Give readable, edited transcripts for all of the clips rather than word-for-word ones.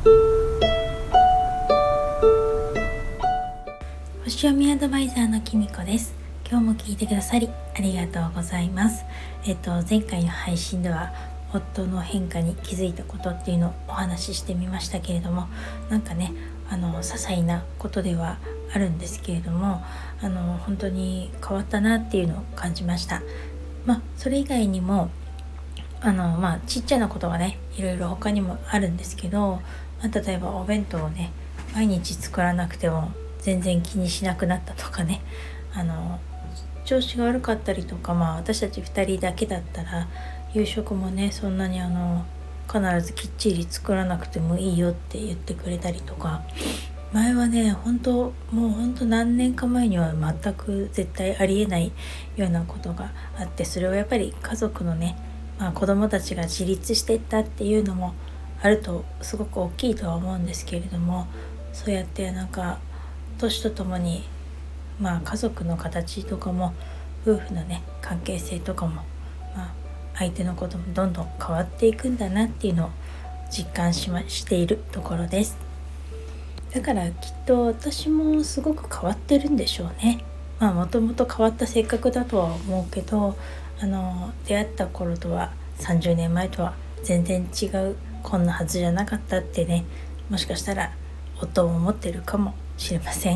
星読みアドバイザーのきみこです。今日も聞いてくださりありがとうございます。前回の配信では夫の変化に気づいたことっていうのをお話ししてみましたけれども、なんかね些細なことではあるんですけれども、本当に変わったなっていうのを感じました。それ以外にもちっちゃなことはねいろいろ他にもあるんですけど、例えばお弁当をね毎日作らなくても全然気にしなくなったとかね、調子が悪かったりとか、私たち2人だけだったら夕食もねそんなに必ずきっちり作らなくてもいいよって言ってくれたりとか、前はねもう本当何年か前には全く絶対ありえないようなことがあって、それはやっぱり家族のね、子供たちが自立していったっていうのもあるとすごく大きいとは思うんですけれども、そうやって年とともに家族の形とかも夫婦のね関係性とかも、相手のこともどんどん変わっていくんだなっていうのを実感しているところです。だからきっと私もすごく変わってるんでしょうね。もともと変わった性格だとは思うけど、出会った頃とは30年前とは全然違う、こんなはずじゃなかったってね、もしかしたら夫も思ってるかもしれません。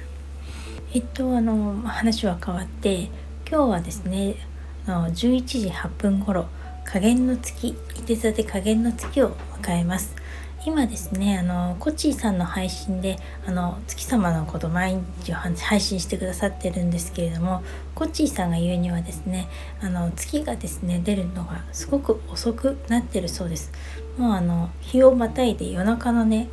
話は変わって、今日はですね11時8分頃下弦の月、いて座で下弦の月を迎えます。今ですねコッチーさんの配信で月様のこと毎日配信してくださってるんですけれども、コッチーさんが言うにはですね月がですね出るのがすごく遅くなってるそうです。もう日をまたいで夜中のね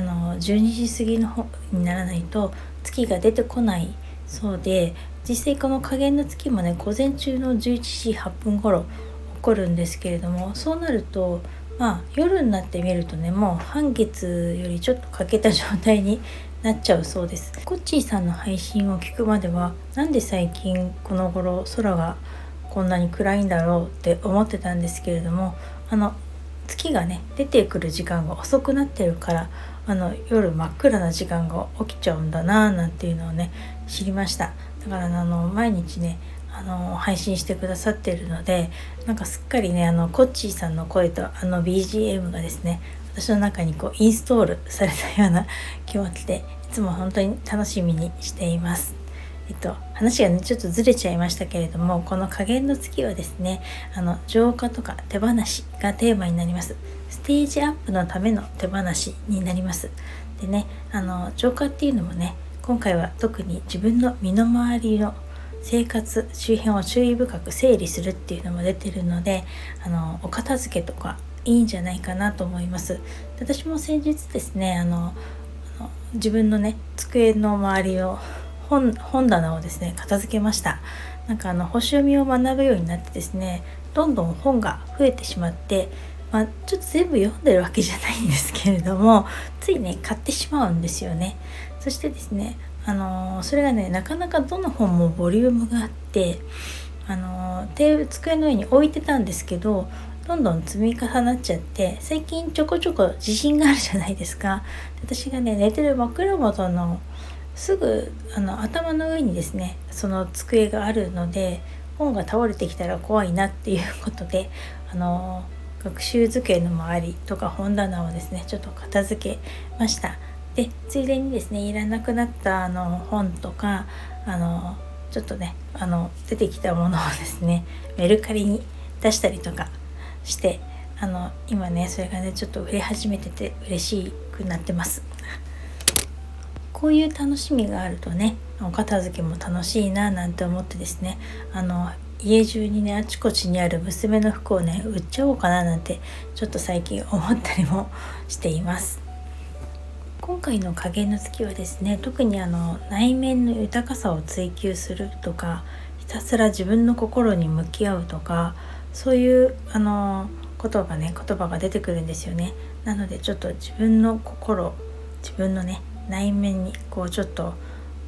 12時過ぎの方にならないと月が出てこないそうで、実際この下弦の月もね午前中の11時8分頃起こるんですけれども、そうなると夜になってみるとねもう半月よりちょっと欠けた状態になっちゃうそうです。コッチーさんの配信を聞くまではなんで最近この頃空がこんなに暗いんだろうって思ってたんですけれども、月がね出てくる時間が遅くなってるから夜真っ暗な時間が起きちゃうんだななんていうのをね知りました。だから毎日ね配信してくださってるので、すっかりねコッチーさんの声とBGM がですね私の中にインストールされたような気持ちで、いつも本当に楽しみにしています。話がねちょっとずれちゃいましたけれども、この下弦の月はですね浄化とか手放しがテーマになります。ステージアップのための手放しになります。でね浄化っていうのもね今回は特に自分の身の回りの生活周辺を注意深く整理するっていうのも出てるので、お片付けとかいいんじゃないかなと思います。私も先日ですね自分のね机の周りを本棚をですね片付けました。星読みを学ぶようになってですねどんどん本が増えてしまって、ちょっと全部読んでるわけじゃないんですけれども、ついね買ってしまうんですよね。そしてですねそれがねなかなかどの本もボリュームがあって机の上に置いてたんですけど、どんどん積み重なっちゃって、最近ちょこちょこ地震があるじゃないですか。私がね寝てる枕元のすぐ頭の上にですねその机があるので、本が倒れてきたら怖いなっていうことで学習机の周りとか本棚をですねちょっと片付けました。でついでにですねいらなくなった本とかちょっとね出てきたものをですねメルカリに出したりとかして今ねそれがねちょっと売れ始めてて嬉しくなってます。こういう楽しみがあるとねお片付けも楽しいななんて思ってですね家中にねあちこちにある娘の服をね売っちゃおうかななんてちょっと最近思ったりもしています。今回の下弦の月はですね特に内面の豊かさを追求するとか、ひたすら自分の心に向き合うとか、そういう言葉が出てくるんですよね。なのでちょっと自分の心、自分のね内面にちょっと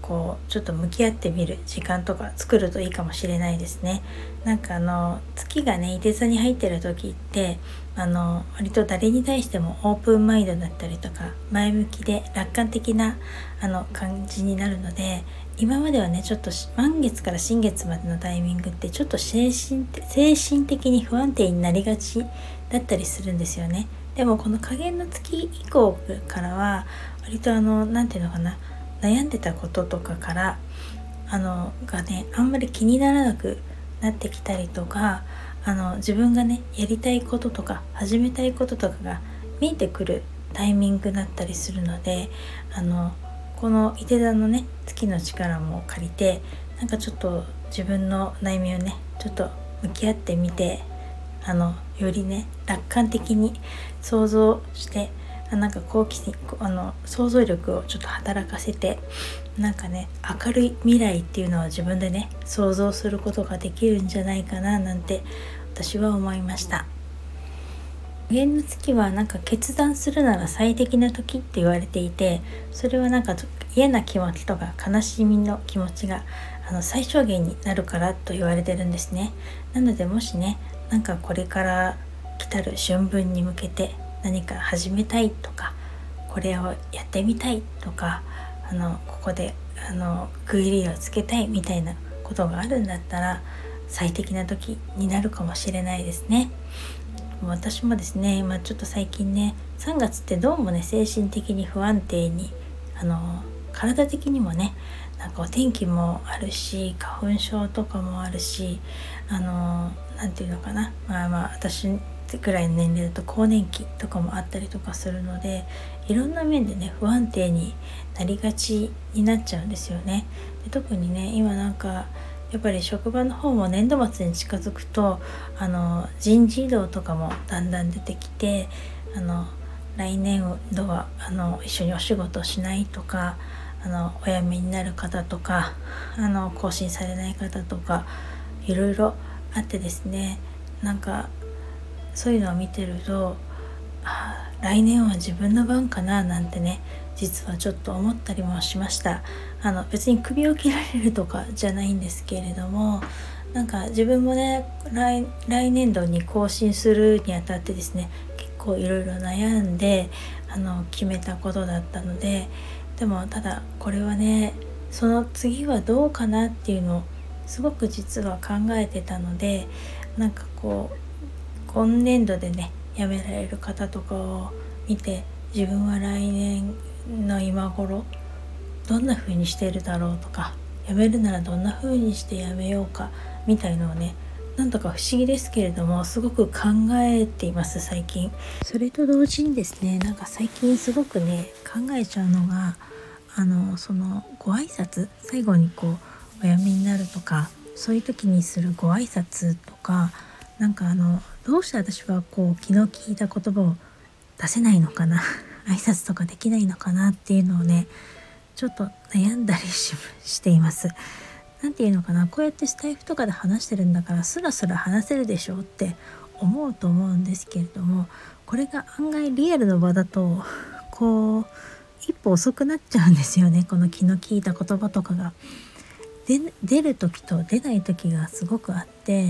こうちょっと向き合ってみる時間とか作るといいかもしれないですね。なんか月がね、いて座に入ってる時って割と誰に対してもオープンマインドだったりとか前向きで楽観的な感じになるので、今まではねちょっと満月から新月までのタイミングってちょっと精神的に不安定になりがちだったりするんですよね。でもこの下限の月以降からは割となんていうのかな、悩んでたこととかからがねあんまり気にならなくなってきたりとか、自分がねやりたいこととか始めたいこととかが見えてくるタイミングだったりするので、この伊手座のね月の力も借りて、なんかちょっと自分の悩みをねちょっと向き合ってみて、よりね楽観的に想像して、なんか好奇心想像力をちょっと働かせて、なんかね明るい未来っていうのは自分でね想像することができるんじゃないかななんて私は思いました。下限の月はなんか決断するなら最適な時って言われていて、それはなんか嫌な気持ちとか悲しみの気持ちが最小限になるからと言われてるんですね。なのでもしね、なんかこれから来たる春分に向けて何か始めたいとか、これをやってみたいとか、ここで区切りをつけたいみたいなことがあるんだったら最適な時になるかもしれないですね。私もですね、今ちょっと最近ね3月ってどうもね精神的に不安定に体的にもね、なんかお天気もあるし花粉症とかもあるし、なんていうのかな、私くらいの年齢だと更年期とかもあったりとかするので、いろんな面でね不安定になりがちになっちゃうんですよね。で特にね今なんかやっぱり職場の方も年度末に近づくと人事異動とかもだんだん出てきて、来年度は一緒にお仕事をしないとか、お辞めになる方とか更新されない方とかいろいろあってですね、なんかそういうのを見てると来年は自分の番かななんてね実はちょっと思ったりもしました。別に首を切られるとかじゃないんですけれども、なんか自分もね来年度に更新するにあたってですね結構いろいろ悩んで決めたことだったので、でもただこれはねその次はどうかなっていうのをすごく実は考えてたので、なんかこう今年度でね辞められる方とかを見て、自分は来年の今頃どんな風にしているだろうとか、辞めるならどんな風にして辞めようかみたいのをね、なんとか不思議ですけれどもすごく考えています最近。それと同時にですね、なんか最近すごくね考えちゃうのがそのご挨拶、最後にこうお辞めになるとかそういう時にするご挨拶とか、なんかどうして私はこう気の利いた言葉を出せないのかな挨拶とかできないのかなっていうのをねちょっと悩んだりしています。なんていうのかな、こうやってスタイフとかで話してるんだからスラスラ話せるでしょうって思うと思うんですけれども、これが案外リアルの場だとこう一歩遅くなっちゃうんですよね。この気の利いた言葉とかが出る時と出ない時がすごくあって、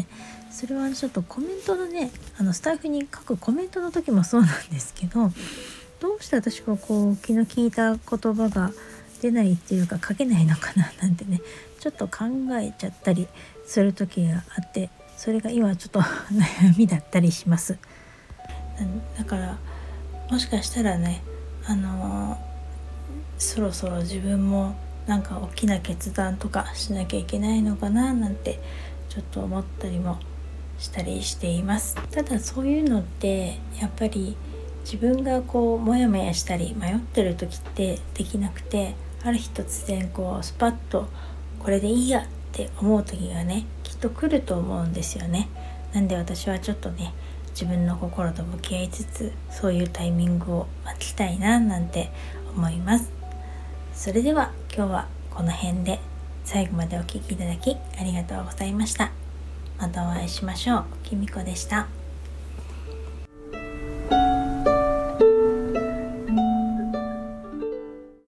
それはちょっとコメントのねスタイフに書くコメントの時もそうなんですけど、どうして私はこう気の利いた言葉が出ないっていうか書けないのかななんてねちょっと考えちゃったりする時があって、それが今ちょっと悩みだったりします。だからもしかしたらねそろそろ自分もなんか大きな決断とかしなきゃいけないのかななんてちょっと思ったりもしたりしています。ただそういうのってやっぱり自分がこうモヤモヤしたり迷ってる時ってできなくて、ある日突然こうスパッとこれでいいやって思う時がねきっと来ると思うんですよね。なんで私はちょっとね自分の心と向き合いつつ、そういうタイミングを待ちたいななんて思います。それでは今日はこの辺で、最後までお聞きいただきありがとうございました。またお会いしましょう。きみこでした。